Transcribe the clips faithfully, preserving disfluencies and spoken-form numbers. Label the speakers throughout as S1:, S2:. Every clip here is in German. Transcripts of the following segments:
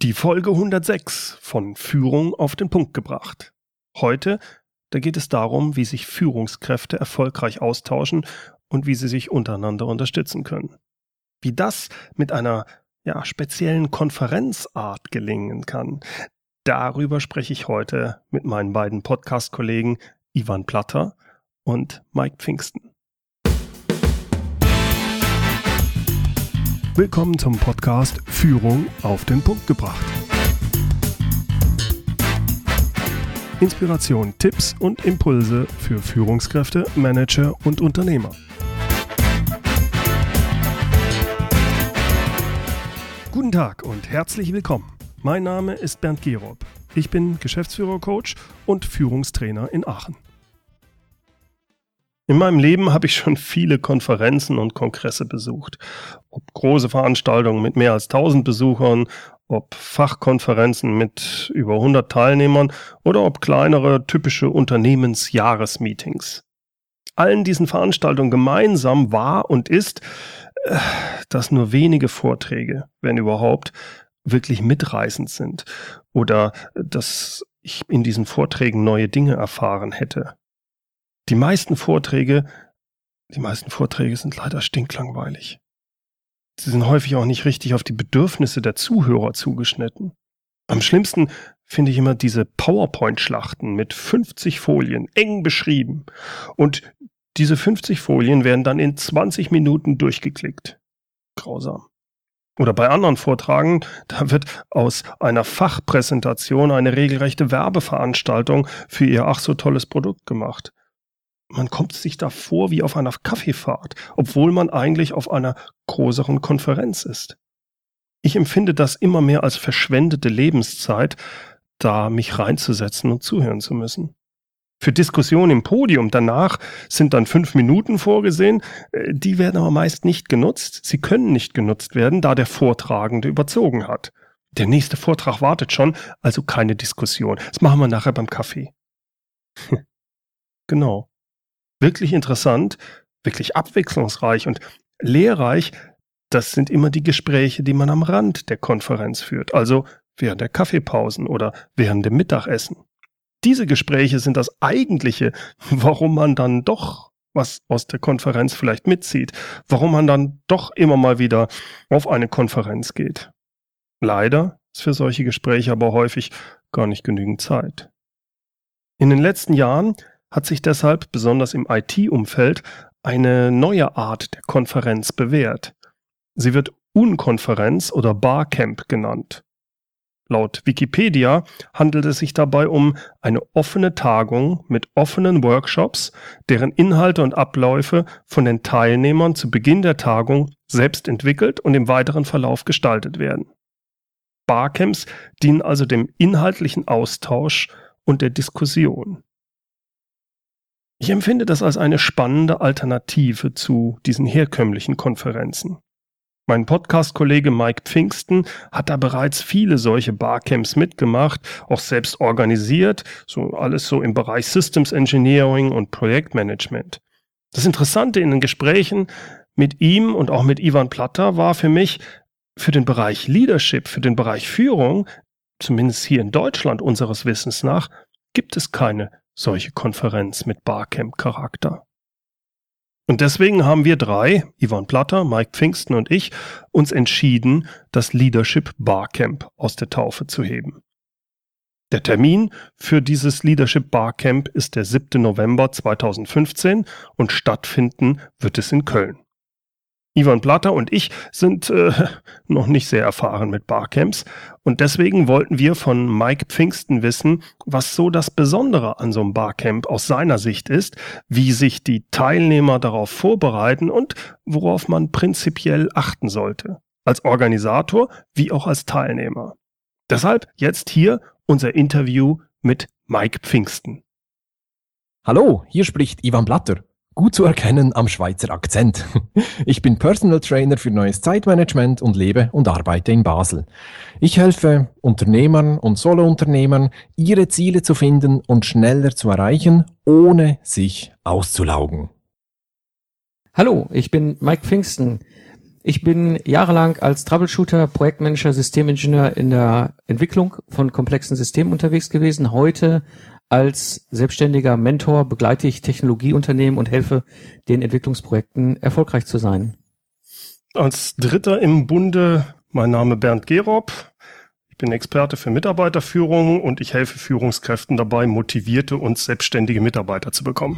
S1: Die Folge hundertsechs von Führung auf den Punkt gebracht. Heute, da geht es darum, wie sich Führungskräfte erfolgreich austauschen und wie sie sich untereinander unterstützen können. Wie das mit einer ja, speziellen Konferenzart gelingen kann, darüber spreche ich heute mit meinen beiden Podcast-Kollegen Ivan Platter und Mike Pfingsten. Willkommen zum Podcast Führung auf den Punkt gebracht. Inspiration, Tipps und Impulse für Führungskräfte, Manager und Unternehmer. Guten Tag und herzlich willkommen. Mein Name ist Bernd Gerob. Ich bin Geschäftsführer-Coach und Führungstrainer in Aachen. In meinem Leben habe ich schon viele Konferenzen und Kongresse besucht. Ob große Veranstaltungen mit mehr als tausend Besuchern, ob Fachkonferenzen mit über hundert Teilnehmern oder ob kleinere, typische Unternehmensjahresmeetings. Allen diesen Veranstaltungen gemeinsam war und ist, dass nur wenige Vorträge, wenn überhaupt, wirklich mitreißend sind oder dass ich in diesen Vorträgen neue Dinge erfahren hätte. Die meisten Vorträge, die meisten Vorträge sind leider stinklangweilig. Sie sind häufig auch nicht richtig auf die Bedürfnisse der Zuhörer zugeschnitten. Am schlimmsten finde ich immer diese PowerPoint-Schlachten mit fünfzig Folien, eng beschrieben. Und diese fünfzig Folien werden dann in zwanzig Minuten durchgeklickt. Grausam. Oder bei anderen Vortragen, da wird aus einer Fachpräsentation eine regelrechte Werbeveranstaltung für ihr ach so tolles Produkt gemacht. Man kommt sich da vor wie auf einer Kaffeefahrt, obwohl man eigentlich auf einer größeren Konferenz ist. Ich empfinde das immer mehr als verschwendete Lebenszeit, da mich reinzusetzen und zuhören zu müssen. Für Diskussionen im Podium danach sind dann fünf Minuten vorgesehen, die werden aber meist nicht genutzt. Sie können nicht genutzt werden, da der Vortragende überzogen hat. Der nächste Vortrag wartet schon, also keine Diskussion. Das machen wir nachher beim Kaffee. Genau. Wirklich interessant, wirklich abwechslungsreich und lehrreich, das sind immer die Gespräche, die man am Rand der Konferenz führt, also während der Kaffeepausen oder während dem Mittagessen. Diese Gespräche sind das Eigentliche, warum man dann doch was aus der Konferenz vielleicht mitzieht, warum man dann doch immer mal wieder auf eine Konferenz geht. Leider ist für solche Gespräche aber häufig gar nicht genügend Zeit. In den letzten Jahren hat sich deshalb besonders im I T-Umfeld eine neue Art der Konferenz bewährt. Sie wird Unkonferenz oder Barcamp genannt. Laut Wikipedia handelt es sich dabei um eine offene Tagung mit offenen Workshops, deren Inhalte und Abläufe von den Teilnehmern zu Beginn der Tagung selbst entwickelt und im weiteren Verlauf gestaltet werden. Barcamps dienen also dem inhaltlichen Austausch und der Diskussion. Ich empfinde das als eine spannende Alternative zu diesen herkömmlichen Konferenzen. Mein Podcast-Kollege Mike Pfingsten hat da bereits viele solche Barcamps mitgemacht, auch selbst organisiert, so alles so im Bereich Systems Engineering und Projektmanagement. Das Interessante in den Gesprächen mit ihm und auch mit Ivan Platter war für mich, für den Bereich Leadership, für den Bereich Führung, zumindest hier in Deutschland unseres Wissens nach, gibt es keine solche Konferenz mit Barcamp-Charakter. Und deswegen haben wir drei, Ivan Platter, Mike Pfingsten und ich, uns entschieden, das Leadership Barcamp aus der Taufe zu heben. Der Termin für dieses Leadership Barcamp ist der siebte November zweitausendfünfzehn und stattfinden wird es in Köln. Ivan Platter und ich sind äh, noch nicht sehr erfahren mit Barcamps und deswegen wollten wir von Mike Pfingsten wissen, was so das Besondere an so einem Barcamp aus seiner Sicht ist, wie sich die Teilnehmer darauf vorbereiten und worauf man prinzipiell achten sollte, als Organisator wie auch als Teilnehmer. Deshalb jetzt hier unser Interview mit Mike Pfingsten.
S2: Hallo, hier spricht Ivan Platter. Gut zu erkennen am Schweizer Akzent. Ich bin Personal Trainer für neues Zeitmanagement und lebe und arbeite in Basel. Ich helfe Unternehmern und Solounternehmern, ihre Ziele zu finden und schneller zu erreichen, ohne sich auszulaugen.
S3: Hallo, ich bin Mike Pfingsten. Ich bin jahrelang als Troubleshooter, Projektmanager, Systemingenieur in der Entwicklung von komplexen Systemen unterwegs gewesen. Heute als selbstständiger Mentor begleite ich Technologieunternehmen und helfe den Entwicklungsprojekten erfolgreich zu sein.
S1: Als Dritter im Bunde, mein Name Bernd Gerob. Ich bin Experte für Mitarbeiterführung und ich helfe Führungskräften dabei, motivierte und selbstständige Mitarbeiter zu bekommen.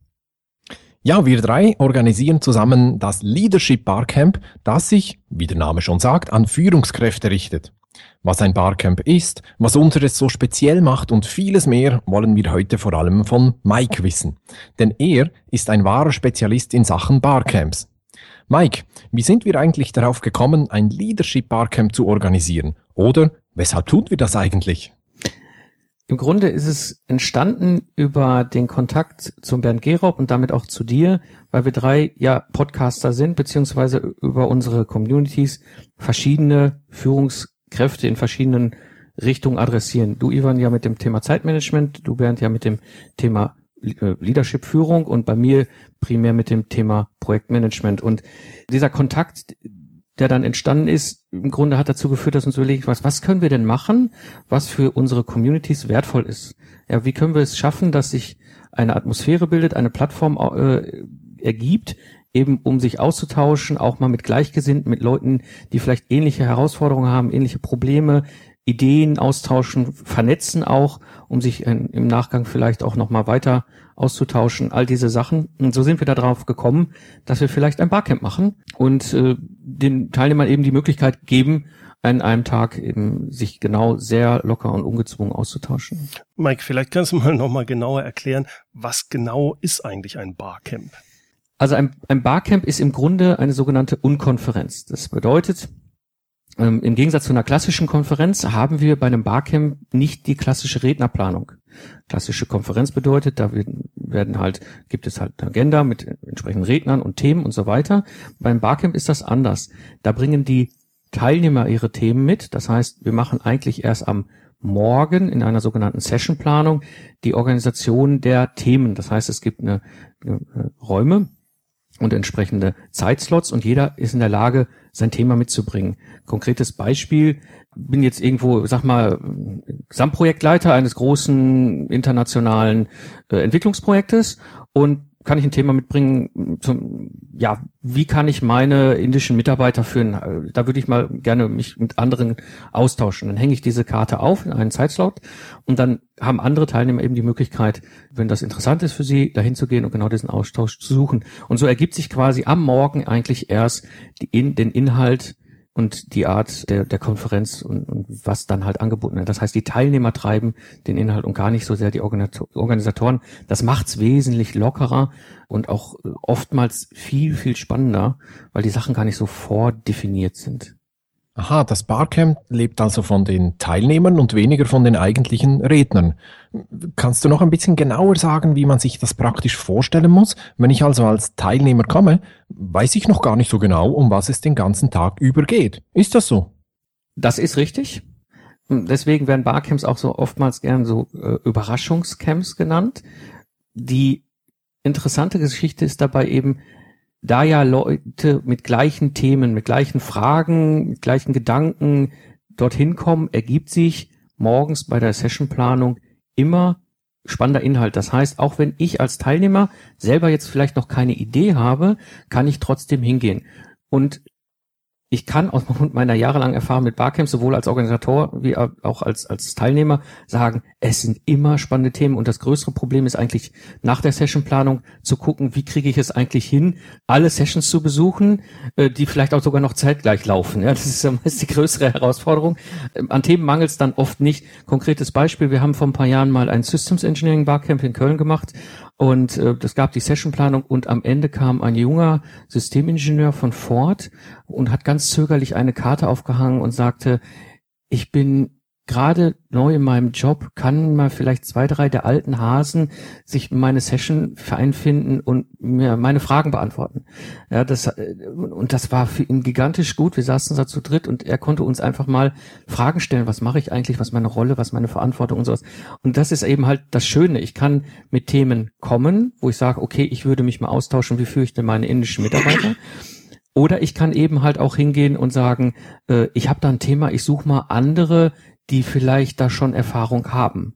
S2: Ja, wir drei organisieren zusammen das Leadership Barcamp, das sich, wie der Name schon sagt, an Führungskräfte richtet. Was ein Barcamp ist, was unseres so speziell macht und vieles mehr wollen wir heute vor allem von Mike wissen. Denn er ist ein wahrer Spezialist in Sachen Barcamps. Mike, wie sind wir eigentlich darauf gekommen, ein Leadership Barcamp zu organisieren? Oder weshalb tun wir das eigentlich?
S3: Im Grunde ist es entstanden über den Kontakt zum Bernd Gerob und damit auch zu dir, weil wir drei ja Podcaster sind, beziehungsweise über unsere Communities verschiedene Führungskräfte in verschiedenen Richtungen adressieren. Du, Ivan, ja mit dem Thema Zeitmanagement, du, Bernd, ja mit dem Thema Leadership-Führung und bei mir primär mit dem Thema Projektmanagement. Und dieser Kontakt, der dann entstanden ist, im Grunde hat dazu geführt, dass uns überlegt, was, was können wir denn machen, was für unsere Communities wertvoll ist. Ja, wie können wir es schaffen, dass sich eine Atmosphäre bildet, eine Plattform äh, ergibt, eben um sich auszutauschen, auch mal mit Gleichgesinnten, mit Leuten, die vielleicht ähnliche Herausforderungen haben, ähnliche Probleme, Ideen austauschen, vernetzen auch, um sich in, im Nachgang vielleicht auch nochmal weiter auszutauschen, all diese Sachen. Und so sind wir darauf gekommen, dass wir vielleicht ein Barcamp machen und äh, den Teilnehmern eben die Möglichkeit geben, an einem Tag eben sich genau sehr locker und ungezwungen auszutauschen.
S1: Mike, vielleicht kannst du mal nochmal genauer erklären, was genau ist eigentlich ein Barcamp?
S3: Also ein, ein Barcamp ist im Grunde eine sogenannte Unkonferenz. Das bedeutet, Ähm, im Gegensatz zu einer klassischen Konferenz haben wir bei einem Barcamp nicht die klassische Rednerplanung. Klassische Konferenz bedeutet, da werden, werden halt, gibt es halt eine Agenda mit entsprechenden Rednern und Themen und so weiter. Beim Barcamp ist das anders. Da bringen die Teilnehmer ihre Themen mit. Das heißt, wir machen eigentlich erst am Morgen in einer sogenannten Sessionplanung die Organisation der Themen. Das heißt, es gibt eine, eine Räume und entsprechende Zeitslots und jeder ist in der Lage, sein Thema mitzubringen. Konkretes Beispiel, bin jetzt irgendwo, sag mal, Gesamtprojektleiter eines großen internationalen äh, Entwicklungsprojektes und kann ich ein Thema mitbringen zum, ja, wie kann ich meine indischen Mitarbeiter führen? Da würde ich mal gerne mich mit anderen austauschen. Dann hänge ich diese Karte auf in einen Zeitslot und dann haben andere Teilnehmer eben die Möglichkeit, wenn das interessant ist für sie, dahin zu gehen und genau diesen Austausch zu suchen. Und so ergibt sich quasi am Morgen eigentlich erst die in, den Inhalt und die Art der, der Konferenz und, und was dann halt angeboten wird. Das heißt, die Teilnehmer treiben den Inhalt und gar nicht so sehr die Organisatoren. Das macht's wesentlich lockerer und auch oftmals viel, viel spannender, weil die Sachen gar nicht so vordefiniert sind.
S2: Aha, das Barcamp lebt also von den Teilnehmern und weniger von den eigentlichen Rednern. Kannst du noch ein bisschen genauer sagen, wie man sich das praktisch vorstellen muss? Wenn ich also als Teilnehmer komme, weiß ich noch gar nicht so genau, um was es den ganzen Tag über geht. Ist das so?
S3: Das ist richtig. Deswegen werden Barcamps auch so oftmals gern so äh, Überraschungscamps genannt. Die interessante Geschichte ist dabei eben, da ja Leute mit gleichen Themen, mit gleichen Fragen, mit gleichen Gedanken dorthin kommen, ergibt sich morgens bei der Sessionplanung immer spannender Inhalt. Das heißt, auch wenn ich als Teilnehmer selber jetzt vielleicht noch keine Idee habe, kann ich trotzdem hingehen. Und ich kann aus meiner jahrelangen Erfahrung mit Barcamps sowohl als Organisator wie auch als als Teilnehmer sagen, es sind immer spannende Themen und das größere Problem ist eigentlich nach der Sessionplanung zu gucken, wie kriege ich es eigentlich hin, alle Sessions zu besuchen, die vielleicht auch sogar noch zeitgleich laufen. Ja, das ist ja meist die größere Herausforderung. An Themen mangelt es dann oft nicht. Konkretes Beispiel, wir haben vor ein paar Jahren mal ein Systems Engineering Barcamp in Köln gemacht. Und äh, das gab die Sessionplanung und am Ende kam ein junger Systemingenieur von Ford und hat ganz zögerlich eine Karte aufgehangen und sagte, ich bin gerade neu in meinem Job, kann mal vielleicht zwei, drei der alten Hasen sich in meine Session einfinden und mir meine Fragen beantworten. Ja, das, und das war für ihn gigantisch gut. Wir saßen da zu dritt und er konnte uns einfach mal Fragen stellen. Was mache ich eigentlich? Was ist meine Rolle? Was ist meine Verantwortung und sowas? Und das ist eben halt das Schöne. Ich kann mit Themen kommen, wo ich sage, okay, ich würde mich mal austauschen. Wie führe ich denn meine indischen Mitarbeiter? Oder ich kann eben halt auch hingehen und sagen, äh, ich habe da ein Thema, ich suche mal andere, die vielleicht da schon Erfahrung haben.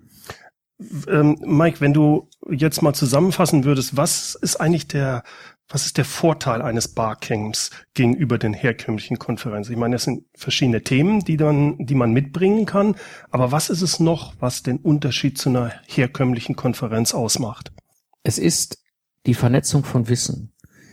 S1: Ähm, Mike, wenn du jetzt mal zusammenfassen würdest, was ist eigentlich der, was ist der Vorteil eines Barcamps gegenüber den herkömmlichen Konferenzen? Ich meine, das sind verschiedene Themen, die dann, die man mitbringen kann. Aber was ist es noch, was den Unterschied zu einer herkömmlichen Konferenz ausmacht?
S3: Es ist die Vernetzung von Wissen.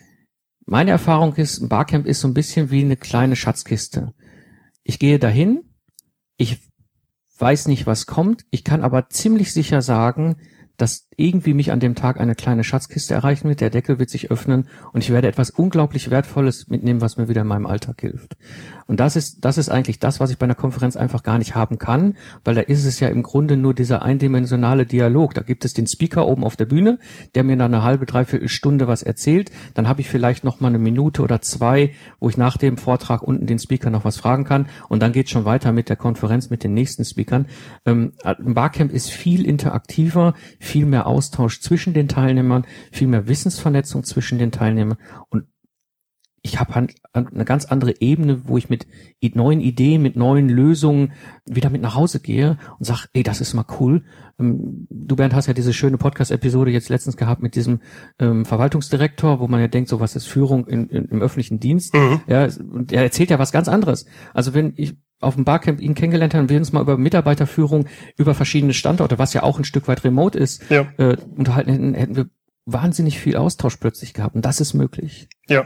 S3: Meine Erfahrung ist, ein Barcamp ist so ein bisschen wie eine kleine Schatzkiste. Ich gehe dahin, ich weiß nicht, was kommt, ich kann aber ziemlich sicher sagen, dass irgendwie mich an dem Tag eine kleine Schatzkiste erreichen wird, der Deckel wird sich öffnen und ich werde etwas unglaublich Wertvolles mitnehmen, was mir wieder in meinem Alltag hilft. Und das ist, das ist eigentlich das, was ich bei einer Konferenz einfach gar nicht haben kann, weil da ist es ja im Grunde nur dieser eindimensionale Dialog. Da gibt es den Speaker oben auf der Bühne, der mir dann eine halbe, dreiviertel Stunde was erzählt. Dann habe ich vielleicht noch mal eine Minute oder zwei, wo ich nach dem Vortrag unten den Speaker noch was fragen kann. Und dann geht es schon weiter mit der Konferenz, mit den nächsten Speakern. Ähm, ein Barcamp ist viel interaktiver, viel mehr Austausch zwischen den Teilnehmern, viel mehr Wissensvernetzung zwischen den Teilnehmern und ich habe eine ganz andere Ebene, wo ich mit neuen Ideen, mit neuen Lösungen wieder mit nach Hause gehe und sage, ey, das ist mal cool. Du, Bernd, hast ja diese schöne Podcast-Episode jetzt letztens gehabt mit diesem ähm, Verwaltungsdirektor, wo man ja denkt, so was ist Führung in, in, im öffentlichen Dienst. Mhm. Ja, und er erzählt ja was ganz anderes. Also wenn ich auf dem Barcamp ihn kennengelernt habe und wir uns mal über Mitarbeiterführung, über verschiedene Standorte, was ja auch ein Stück weit remote ist, ja. äh, unterhalten hätten, hätten wir wahnsinnig viel Austausch plötzlich gehabt. Und das ist möglich.
S1: Ja.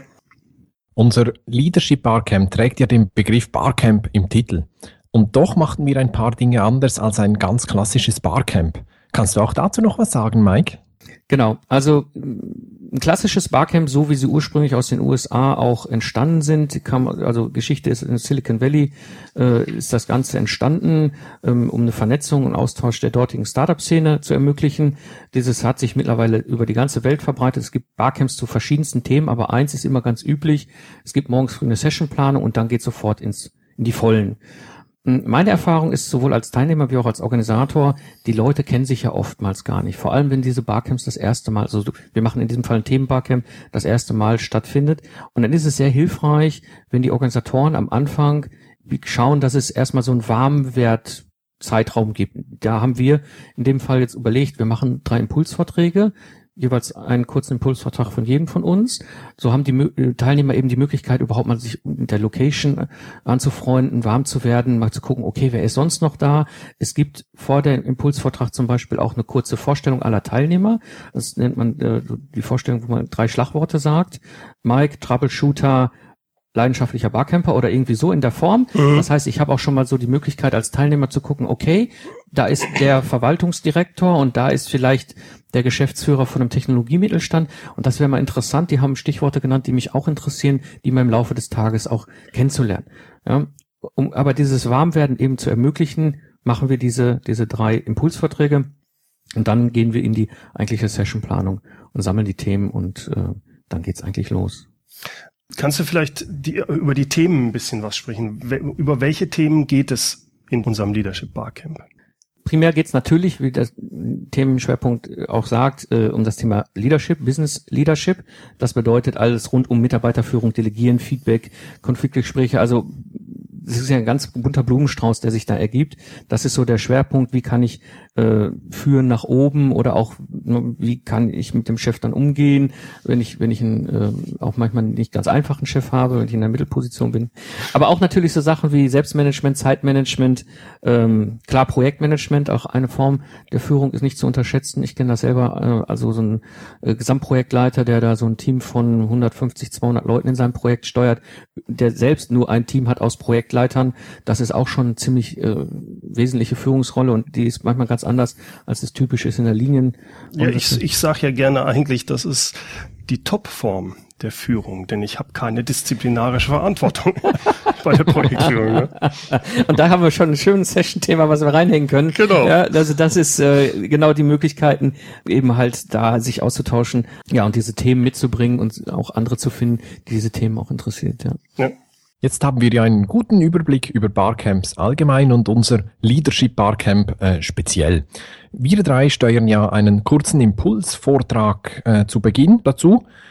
S2: Unser Leadership Barcamp trägt ja den Begriff Barcamp im Titel. Und doch machten wir ein paar Dinge anders als ein ganz klassisches Barcamp. Kannst du auch dazu noch was sagen, Mike?
S3: Genau, also ein klassisches Barcamp, so wie sie ursprünglich aus den U S A auch entstanden sind, kam, also Geschichte ist in Silicon Valley, äh, ist das Ganze entstanden, ähm, um eine Vernetzung und Austausch der dortigen Startup-Szene zu ermöglichen. Dieses hat sich mittlerweile über die ganze Welt verbreitet. Es gibt Barcamps zu verschiedensten Themen, aber eins ist immer ganz üblich. Es gibt morgens früh eine Sessionplanung und dann geht sofort ins, in die Vollen. Meine Erfahrung ist, sowohl als Teilnehmer wie auch als Organisator, die Leute kennen sich ja oftmals gar nicht. Vor allem, wenn diese Barcamps das erste Mal, also wir machen in diesem Fall ein Themenbarcamp, das erste Mal stattfindet. Und dann ist es sehr hilfreich, wenn die Organisatoren am Anfang schauen, dass es erstmal so einen Warmwert-Zeitraum gibt. Da haben wir in dem Fall jetzt überlegt, wir machen drei Impulsvorträge, jeweils einen kurzen Impulsvortrag von jedem von uns. So haben die Teilnehmer eben die Möglichkeit, überhaupt mal sich mit der Location anzufreunden, warm zu werden, mal zu gucken, okay, wer ist sonst noch da? Es gibt vor dem Impulsvortrag zum Beispiel auch eine kurze Vorstellung aller Teilnehmer. Das nennt man äh, die Vorstellung, wo man drei Schlagworte sagt. Mike, Troubleshooter, leidenschaftlicher Barcamper oder irgendwie so in der Form. Mhm. Das heißt, ich habe auch schon mal so die Möglichkeit als Teilnehmer zu gucken, okay, da ist der Verwaltungsdirektor und da ist vielleicht der Geschäftsführer von einem Technologiemittelstand und das wäre mal interessant, die haben Stichworte genannt, die mich auch interessieren, die mir im Laufe des Tages auch kennenzulernen. Ja, um aber dieses Warmwerden eben zu ermöglichen, machen wir diese diese drei Impulsvorträge und dann gehen wir in die eigentliche Sessionplanung und sammeln die Themen und äh, dann geht's eigentlich los.
S1: Kannst du vielleicht die, über die Themen ein bisschen was sprechen? Über welche Themen geht es in unserem Leadership Barcamp?
S3: Primär geht es natürlich, wie der Themenschwerpunkt auch sagt, äh, um das Thema Leadership, Business Leadership. Das bedeutet alles rund um Mitarbeiterführung, Delegieren, Feedback, Konfliktgespräche. Also es ist ja ein ganz bunter Blumenstrauß, der sich da ergibt. Das ist so der Schwerpunkt, wie kann ich äh, führen nach oben oder auch wie kann ich mit dem Chef dann umgehen, wenn ich wenn ich einen äh, auch manchmal nicht ganz einfachen Chef habe, wenn ich in der Mittelposition bin. Aber auch natürlich so Sachen wie Selbstmanagement, Zeitmanagement, ähm, klar Projektmanagement, auch eine Form der Führung ist nicht zu unterschätzen. Ich kenne das selber, äh, also so ein äh, Gesamtprojektleiter, der da so ein Team von hundertfünfzig, zweihundert Leuten in seinem Projekt steuert, der selbst nur ein Team hat aus Projektleitern. Das ist auch schon eine ziemlich äh, wesentliche Führungsrolle und die ist manchmal ganz anders, als es typisch ist in der Linien.
S1: Ja, ich, ich sage ja gerne eigentlich, das ist die Topform der Führung, denn ich habe keine disziplinarische Verantwortung bei der Projektführung. Ne?
S3: Und da haben wir schon ein schönes Session-Thema, was wir reinhängen können.
S1: Genau.
S3: Ja, also das ist äh, genau die Möglichkeiten, eben halt da sich auszutauschen, ja, und diese Themen mitzubringen und auch andere zu finden, die diese Themen auch interessiert. Ja.
S2: Ja. Jetzt haben wir ja einen guten Überblick über Barcamps allgemein und unser Leadership Barcamp äh, speziell. Wir drei steuern ja einen kurzen Impulsvortrag äh, zu Beginn dazu.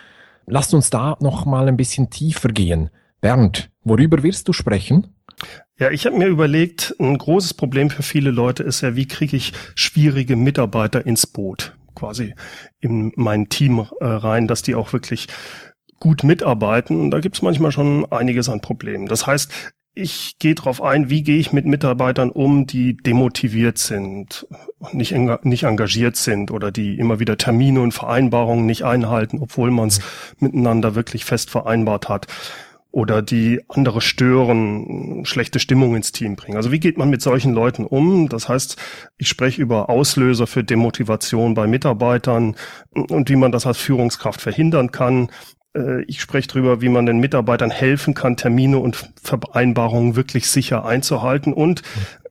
S2: lasst uns da noch mal ein bisschen tiefer gehen. Bernd, worüber wirst du sprechen?
S1: Ja, ich habe mir überlegt, ein großes Problem für viele Leute ist ja, wie kriege ich schwierige Mitarbeiter ins Boot, quasi in mein Team äh, rein, dass die auch wirklich gut mitarbeiten. Und da gibt's manchmal schon einiges an Problemen. Das heißt, ich gehe darauf ein, wie gehe ich mit Mitarbeitern um, die demotiviert sind, nicht, enga- nicht engagiert sind oder die immer wieder Termine und Vereinbarungen nicht einhalten, obwohl man es miteinander wirklich fest vereinbart hat. Oder die andere stören, schlechte Stimmung ins Team bringen. Also wie geht man mit solchen Leuten um? Das heißt, ich spreche über Auslöser für Demotivation bei Mitarbeitern und wie man das als Führungskraft verhindern kann. Ich spreche darüber, wie man den Mitarbeitern helfen kann, Termine und Vereinbarungen wirklich sicher einzuhalten. Und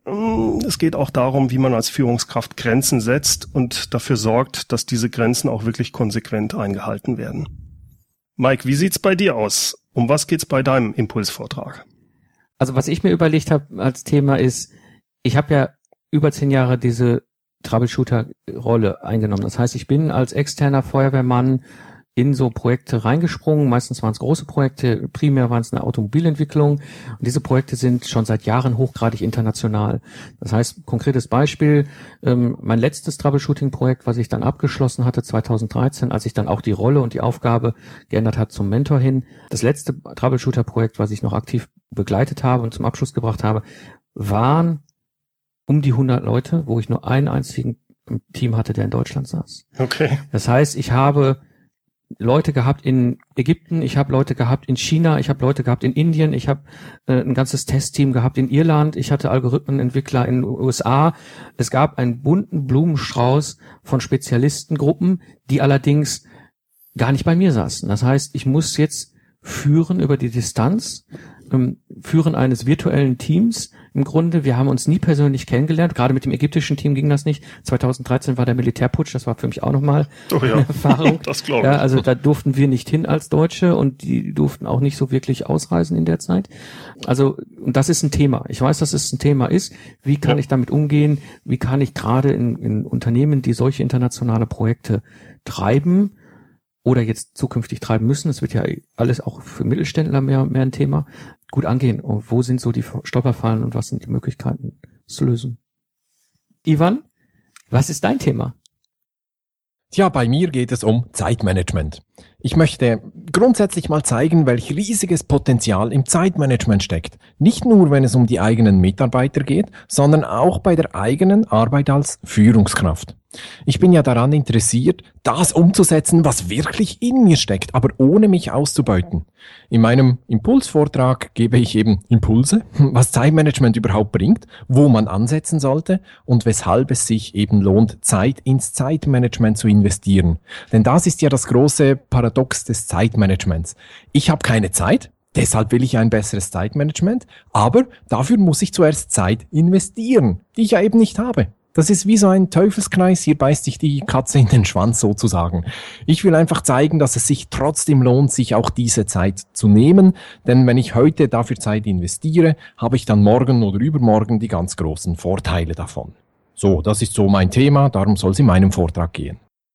S1: es geht auch darum, wie man als Führungskraft Grenzen setzt und dafür sorgt, dass diese Grenzen auch wirklich konsequent eingehalten werden. Mike, wie sieht's bei dir aus? Um was geht's bei deinem Impulsvortrag?
S3: Also was ich mir überlegt habe als Thema ist, ich habe ja über zehn Jahre diese Troubleshooter-Rolle eingenommen. Das heißt, ich bin als externer Feuerwehrmann in so Projekte reingesprungen. Meistens waren es große Projekte, primär waren es eine Automobilentwicklung. Und diese Projekte sind schon seit Jahren hochgradig international. Das heißt, konkretes Beispiel, ähm, mein letztes Troubleshooting-Projekt, was ich dann abgeschlossen hatte, zweitausenddreizehn, als ich dann auch die Rolle und die Aufgabe geändert hat zum Mentor hin. Das letzte Troubleshooter-Projekt, was ich noch aktiv begleitet habe und zum Abschluss gebracht habe, waren um die hundert Leute, wo ich nur einen einzigen im Team hatte, der in Deutschland saß.
S1: Okay.
S3: Das heißt, ich habe Leute gehabt in Ägypten, ich habe Leute gehabt in China, ich habe Leute gehabt in Indien, ich habe äh, ein ganzes Testteam gehabt in Irland, ich hatte Algorithmenentwickler in den U S A. Es gab einen bunten Blumenstrauß von Spezialistengruppen, die allerdings gar nicht bei mir saßen. Das heißt, ich muss jetzt führen über die Distanz, ähm, führen eines virtuellen Teams. Im Grunde, wir haben uns nie persönlich kennengelernt. Gerade mit dem ägyptischen Team ging das nicht. zweitausenddreizehn war der Militärputsch. Das war für mich auch nochmal
S1: oh ja.
S3: eine Erfahrung.
S1: Das glaube ich.
S3: Ja, also da durften wir nicht hin als Deutsche und die durften auch nicht so wirklich ausreisen in der Zeit. Also, und das ist ein Thema. Ich weiß, dass es ein Thema ist. Wie kann ja. ich damit umgehen? Wie kann ich gerade in, in Unternehmen, die solche internationale Projekte treiben oder jetzt zukünftig treiben müssen, es wird ja alles auch für Mittelständler mehr, mehr ein Thema, gut angehen. Und wo sind so die Stolperfallen und was sind die Möglichkeiten zu lösen? Ivan, was ist dein Thema?
S2: Tja, bei mir geht es um Zeitmanagement. Ich möchte grundsätzlich mal zeigen, welch riesiges Potenzial im Zeitmanagement steckt. Nicht nur, wenn es um die eigenen Mitarbeiter geht, sondern auch bei der eigenen Arbeit als Führungskraft. Ich bin ja daran interessiert, das umzusetzen, was wirklich in mir steckt, aber ohne mich auszubeuten. In meinem Impulsvortrag gebe ich eben Impulse, was Zeitmanagement überhaupt bringt, wo man ansetzen sollte und weshalb es sich eben lohnt, Zeit ins Zeitmanagement zu investieren. Denn das ist ja das große Paradox des Zeitmanagements. Ich habe keine Zeit, deshalb will ich ein besseres Zeitmanagement, aber dafür muss ich zuerst Zeit investieren, die ich ja eben nicht habe. Das ist wie so ein Teufelskreis, hier beißt sich die Katze in den Schwanz sozusagen. Ich will einfach zeigen, dass es sich trotzdem lohnt, sich auch diese Zeit zu nehmen, denn wenn ich heute dafür Zeit investiere, habe ich dann morgen oder übermorgen die ganz großen Vorteile davon. So, das ist so mein Thema, darum soll es in meinem Vortrag gehen.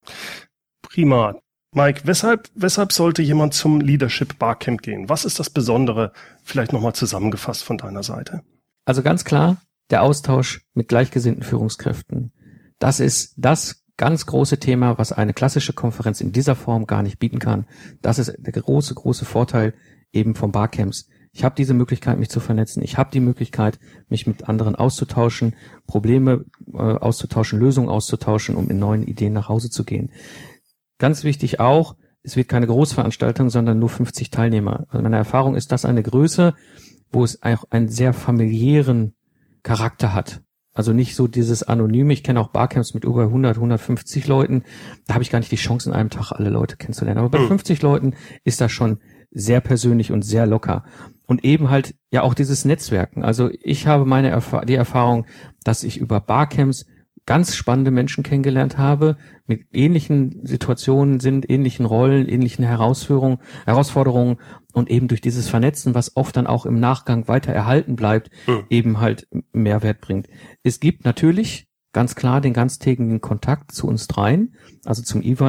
S1: Prima. Mike, weshalb, weshalb sollte jemand zum Leadership Barcamp gehen? Was ist das Besondere, vielleicht nochmal zusammengefasst von deiner Seite?
S3: Also ganz klar, der Austausch mit gleichgesinnten Führungskräften. Das ist das ganz große Thema, was eine klassische Konferenz in dieser Form gar nicht bieten kann. Das ist der große, große Vorteil eben von Barcamps. Ich habe diese Möglichkeit, mich zu vernetzen. Ich habe die Möglichkeit, mich mit anderen auszutauschen, Probleme äh, auszutauschen, Lösungen auszutauschen, um in neuen Ideen nach Hause zu gehen. Ganz wichtig auch, es wird keine Großveranstaltung, sondern nur fünfzig Teilnehmer. Also meine Erfahrung ist das eine Größe, wo es auch einen sehr familiären Charakter hat. Also nicht so dieses Anonyme. Ich kenne auch Barcamps mit über hundert, hundertfünfzig Leuten. Da habe ich gar nicht die Chance, in einem Tag alle Leute kennenzulernen. Aber bei mhm. fünfzig Leuten ist das schon sehr persönlich und sehr locker. Und eben halt ja auch dieses Netzwerken. Also ich habe meine Erfa- die Erfahrung, dass ich über Barcamps ganz spannende Menschen kennengelernt habe, mit ähnlichen Situationen sind, ähnlichen Rollen, ähnlichen Herausforderungen, Herausforderungen und eben durch dieses Vernetzen, was oft dann auch im Nachgang weiter erhalten bleibt, mhm. eben halt Mehrwert bringt. Es gibt natürlich ganz klar den ganztägigen Kontakt zu uns dreien, also zum Ivan,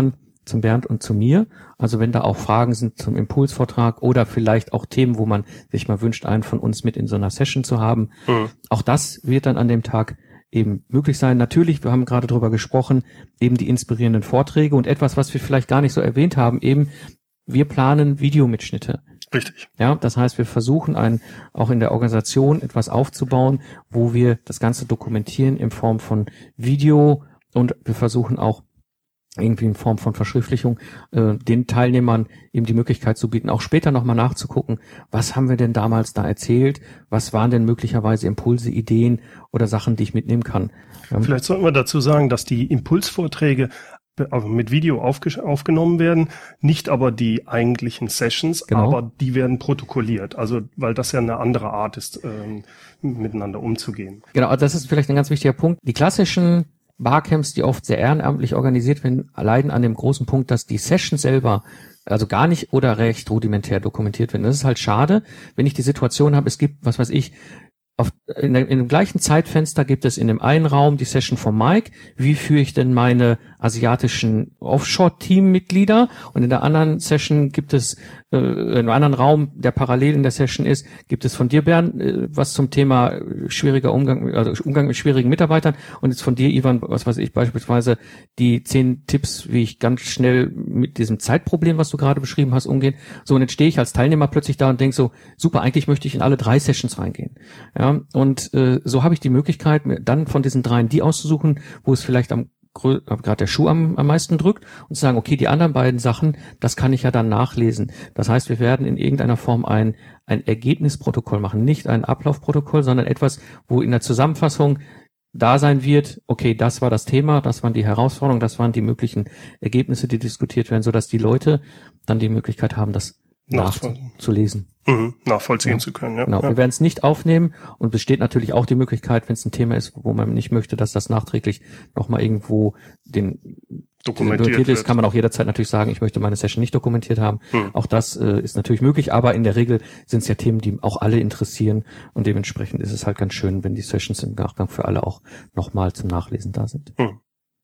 S3: zum Bernd und zu mir. Also wenn da auch Fragen sind zum Impulsvortrag oder vielleicht auch Themen, wo man sich mal wünscht, einen von uns mit in so einer Session zu haben. Mhm. Auch das wird dann an dem Tag eben möglich sein. Natürlich, wir haben gerade drüber gesprochen, eben die inspirierenden Vorträge und etwas, was wir vielleicht gar nicht so erwähnt haben, eben wir planen Videomitschnitte.
S1: Richtig.
S3: Ja, das heißt, wir versuchen ein, auch in der Organisation etwas aufzubauen, wo wir das Ganze dokumentieren in Form von Video und wir versuchen auch irgendwie in Form von Verschriftlichung äh, den Teilnehmern eben die Möglichkeit zu bieten, auch später nochmal nachzugucken, was haben wir denn damals da erzählt, was waren denn möglicherweise Impulse, Ideen oder Sachen, die ich mitnehmen kann.
S1: Ähm, Vielleicht sollten wir dazu sagen, dass die Impulsvorträge mit Video aufge- aufgenommen werden, nicht aber die eigentlichen Sessions, genau. aber die werden protokolliert, also weil das ja eine andere Art ist, ähm, miteinander umzugehen.
S3: Genau, das ist vielleicht ein ganz wichtiger Punkt. Die klassischen Barcamps, die oft sehr ehrenamtlich organisiert werden, leiden an dem großen Punkt, dass die Session selber also gar nicht oder recht rudimentär dokumentiert werden. Das ist halt schade, wenn ich die Situation habe, es gibt, was weiß ich, Auf, in, der, in dem gleichen Zeitfenster gibt es in dem einen Raum die Session von Mike. Wie führe ich denn meine asiatischen Offshore-Team-Mitglieder? Und in der anderen Session gibt es, äh, in einem anderen Raum, der parallel in der Session ist, gibt es von dir, Bernd, äh, was zum Thema schwieriger Umgang, also Umgang mit schwierigen Mitarbeitern. Und jetzt von dir, Ivan, was weiß ich, beispielsweise die zehn Tipps, wie ich ganz schnell mit diesem Zeitproblem, was du gerade beschrieben hast, umgehen. So, und jetzt stehe ich als Teilnehmer plötzlich da und denke so, super, eigentlich möchte ich in alle drei Sessions reingehen. Ja, und äh, so habe ich die Möglichkeit, mir dann von diesen dreien die auszusuchen, wo es vielleicht am gerade der Schuh am, am meisten drückt und zu sagen, okay, die anderen beiden Sachen, das kann ich ja dann nachlesen. Das heißt, wir werden in irgendeiner Form ein ein Ergebnisprotokoll machen, nicht ein Ablaufprotokoll, sondern etwas, wo in der Zusammenfassung da sein wird, okay, das war das Thema, das waren die Herausforderungen, das waren die möglichen Ergebnisse, die diskutiert werden, sodass die Leute dann die Möglichkeit haben, das nachzulesen.
S1: Mhm, nachvollziehen
S3: ja.
S1: zu können. Ja.
S3: Genau,
S1: ja.
S3: wir werden es nicht aufnehmen und besteht natürlich auch die Möglichkeit, wenn es ein Thema ist, wo man nicht möchte, dass das nachträglich nochmal irgendwo den
S1: dokumentiert
S3: ist, kann man auch jederzeit natürlich sagen, ich möchte meine Session nicht dokumentiert haben. Hm. Auch das äh, ist natürlich möglich, aber in der Regel sind es ja Themen, die auch alle interessieren und dementsprechend ist es halt ganz schön, wenn die Sessions im Nachgang für alle auch nochmal zum Nachlesen da sind.
S1: Hm.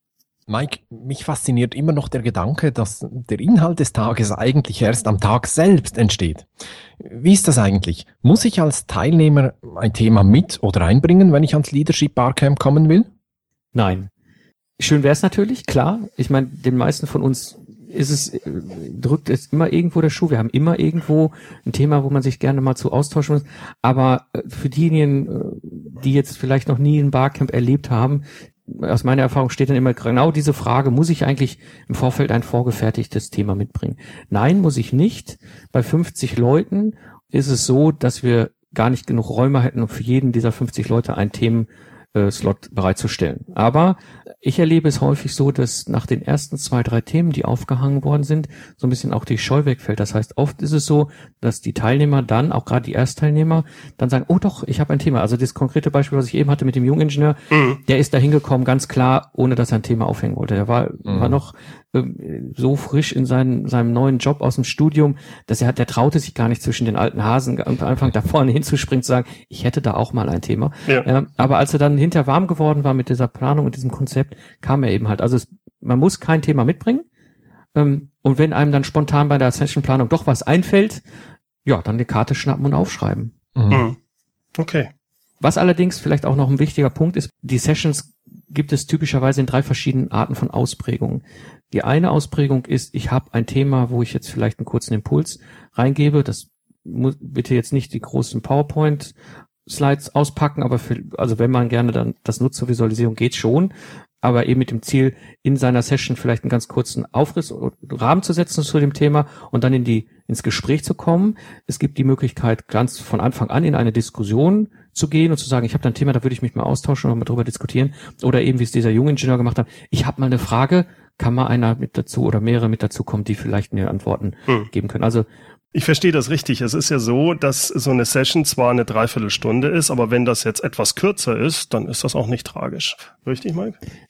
S2: Mike, mich fasziniert immer noch der Gedanke, dass der Inhalt des Tages eigentlich erst am Tag selbst entsteht. Wie ist das eigentlich? Muss ich als Teilnehmer ein Thema mit oder einbringen, wenn ich ans Leadership Barcamp kommen will?
S3: Nein. Schön wäre es natürlich, klar. Ich meine, den meisten von uns ist es, drückt es immer irgendwo der Schuh. Wir haben immer irgendwo ein Thema, wo man sich gerne mal zu austauschen muss. Aber für diejenigen, die jetzt vielleicht noch nie ein Barcamp erlebt haben, aus meiner Erfahrung steht dann immer genau diese Frage, muss ich eigentlich im Vorfeld ein vorgefertigtes Thema mitbringen? Nein, muss ich nicht. Bei fünfzig Leuten ist es so, dass wir gar nicht genug Räume hätten, um für jeden dieser fünfzig Leute ein Themenslot bereitzustellen. Aber ich erlebe es häufig so, dass nach den ersten zwei, drei Themen, die aufgehangen worden sind, so ein bisschen auch die Scheu wegfällt. Das heißt, oft ist es so, dass die Teilnehmer dann, auch gerade die Erstteilnehmer, dann sagen, oh doch, ich habe ein Thema. Also das konkrete Beispiel, was ich eben hatte mit dem Jungingenieur, mhm. der ist da hingekommen, ganz klar, ohne dass er ein Thema aufhängen wollte. Der war, mhm. war noch ähm, so frisch in seinen, seinem neuen Job aus dem Studium, dass er hat, der traute sich gar nicht zwischen den alten Hasen am Anfang da vorne hinzuspringen, zu sagen, ich hätte da auch mal ein Thema. Ja. Ähm, aber als er dann hinterher warm geworden war mit dieser Planung und diesem Konzept, kam er eben halt. Also es, man muss kein Thema mitbringen. Ähm, und wenn einem dann spontan bei der Sessionplanung doch was einfällt, ja, dann die Karte schnappen und aufschreiben.
S1: Mhm. Okay.
S3: Was allerdings vielleicht auch noch ein wichtiger Punkt ist, die Sessions gibt es typischerweise in drei verschiedenen Arten von Ausprägungen. Die eine Ausprägung ist, ich habe ein Thema, wo ich jetzt vielleicht einen kurzen Impuls reingebe. Das muss bitte jetzt nicht die großen PowerPoint-Slides auspacken, aber für, also wenn man gerne dann das nutzt zur Visualisierung, geht schon. Aber eben mit dem Ziel, in seiner Session vielleicht einen ganz kurzen Aufriss oder Rahmen zu setzen zu dem Thema und dann in die ins Gespräch zu kommen. Es gibt die Möglichkeit, ganz von Anfang an in eine Diskussion zu gehen und zu sagen, ich habe da ein Thema, da würde ich mich mal austauschen und mal drüber diskutieren. Oder eben, wie es dieser junge Ingenieur gemacht hat, ich habe mal eine Frage, kann mal einer mit dazu oder mehrere mit dazu kommen, die vielleicht mir Antworten hm. geben können. Also
S1: ich verstehe das richtig. Es ist ja so, dass so eine Session zwar eine Dreiviertelstunde ist, aber wenn das jetzt etwas kürzer ist, dann ist das auch nicht tragisch. Richtig, Mike?
S3: Ähm,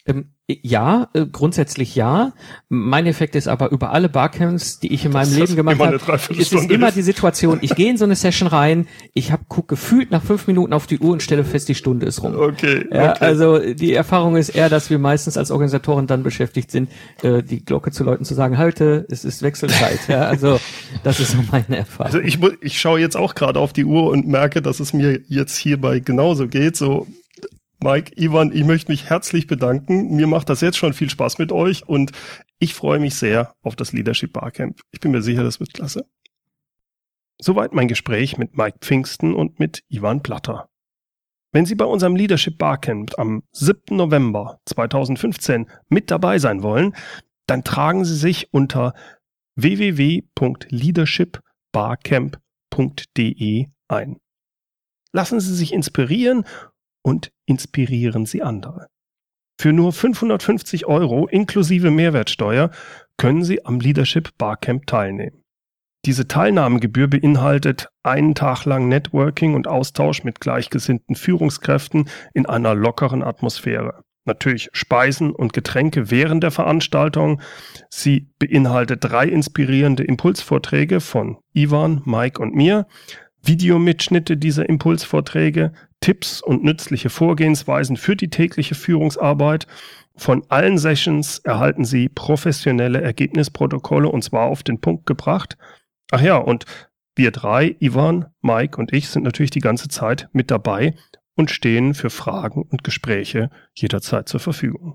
S3: Ja, äh, grundsätzlich ja. Mein Effekt ist aber über alle Barcamps, die ich in meinem
S1: das
S3: Leben gemacht habe, ist es immer
S1: ist.
S3: die Situation, ich gehe in so eine Session rein, ich hab, guck gefühlt nach fünf Minuten auf die Uhr und stelle fest, die Stunde ist rum.
S1: Okay,
S3: ja,
S1: okay.
S3: Also die Erfahrung ist eher, dass wir meistens als Organisatoren dann beschäftigt sind, äh, die Glocke zu läuten, zu sagen, heute, es ist Wechselzeit. Ja, also das ist so meine Erfahrung.
S1: Also ich, ich schaue jetzt auch gerade auf die Uhr und merke, dass es mir jetzt hierbei genauso geht. So, Mike, Ivan, ich möchte mich herzlich bedanken. Mir macht das jetzt schon viel Spaß mit euch und ich freue mich sehr auf das Leadership Barcamp. Ich bin mir sicher, das wird klasse. Soweit mein Gespräch mit Mike Pfingsten und mit Ivan Platter. Wenn Sie bei unserem Leadership Barcamp am siebten November zweitausendfünfzehn mit dabei sein wollen, dann tragen Sie sich unter w w w punkt leadership barcamp punkt d e ein. Lassen Sie sich inspirieren und inspirieren Sie andere. Für nur fünfhundertfünfzig Euro inklusive Mehrwertsteuer können Sie am Leadership Barcamp teilnehmen. Diese Teilnahmegebühr beinhaltet einen Tag lang Networking und Austausch mit gleichgesinnten Führungskräften in einer lockeren Atmosphäre. Natürlich Speisen und Getränke während der Veranstaltung. Sie beinhaltet drei inspirierende Impulsvorträge von Ivan, Mike und mir, Videomitschnitte dieser Impulsvorträge, Tipps und nützliche Vorgehensweisen für die tägliche Führungsarbeit. Von allen Sessions erhalten Sie professionelle Ergebnisprotokolle und zwar auf den Punkt gebracht. Ach ja, und wir drei, Ivan, Mike und ich, sind natürlich die ganze Zeit mit dabei und stehen für Fragen und Gespräche jederzeit zur Verfügung.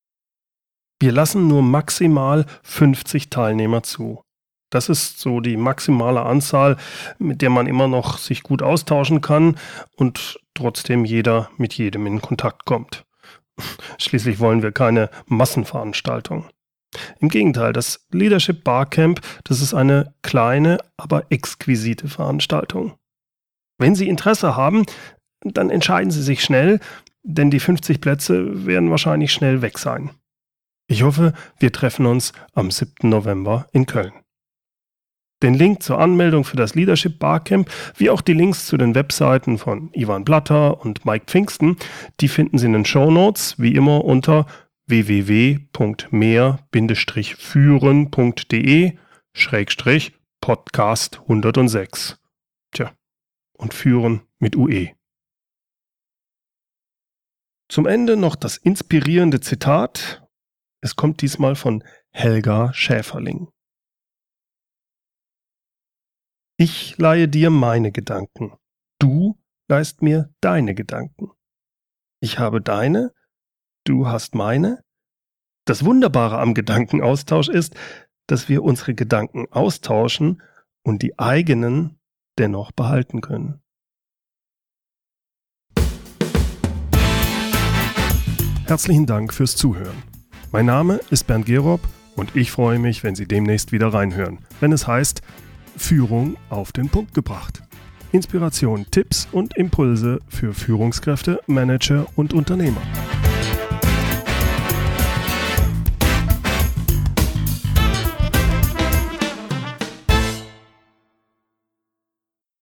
S1: Wir lassen nur maximal fünfzig Teilnehmer zu. Das ist so die maximale Anzahl, mit der man immer noch sich gut austauschen kann und trotzdem jeder mit jedem in Kontakt kommt. Schließlich wollen wir keine Massenveranstaltung. Im Gegenteil, das Leadership Barcamp, das ist eine kleine, aber exquisite Veranstaltung. Wenn Sie Interesse haben, dann entscheiden Sie sich schnell, denn die fünfzig Plätze werden wahrscheinlich schnell weg sein. Ich hoffe, wir treffen uns am siebten November in Köln. Den Link zur Anmeldung für das Leadership Barcamp, wie auch die Links zu den Webseiten von Ivan Platter und Mike Pfingsten, die finden Sie in den Shownotes, wie immer unter w w w punkt mehr führen punkt d e schrägstrich podcast hundertsechs. Tja, und führen mit U E. Zum Ende noch das inspirierende Zitat. Es kommt diesmal von Helga Schäferling. Ich leihe dir meine Gedanken. Du leihst mir deine Gedanken. Ich habe deine, du hast meine. Das Wunderbare am Gedankenaustausch ist, dass wir unsere Gedanken austauschen und die eigenen dennoch behalten können. Herzlichen Dank fürs Zuhören. Mein Name ist Bernd Gerob und ich freue mich, wenn Sie demnächst wieder reinhören, wenn es heißt Führung auf den Punkt gebracht. Inspiration, Tipps und Impulse für Führungskräfte, Manager und Unternehmer.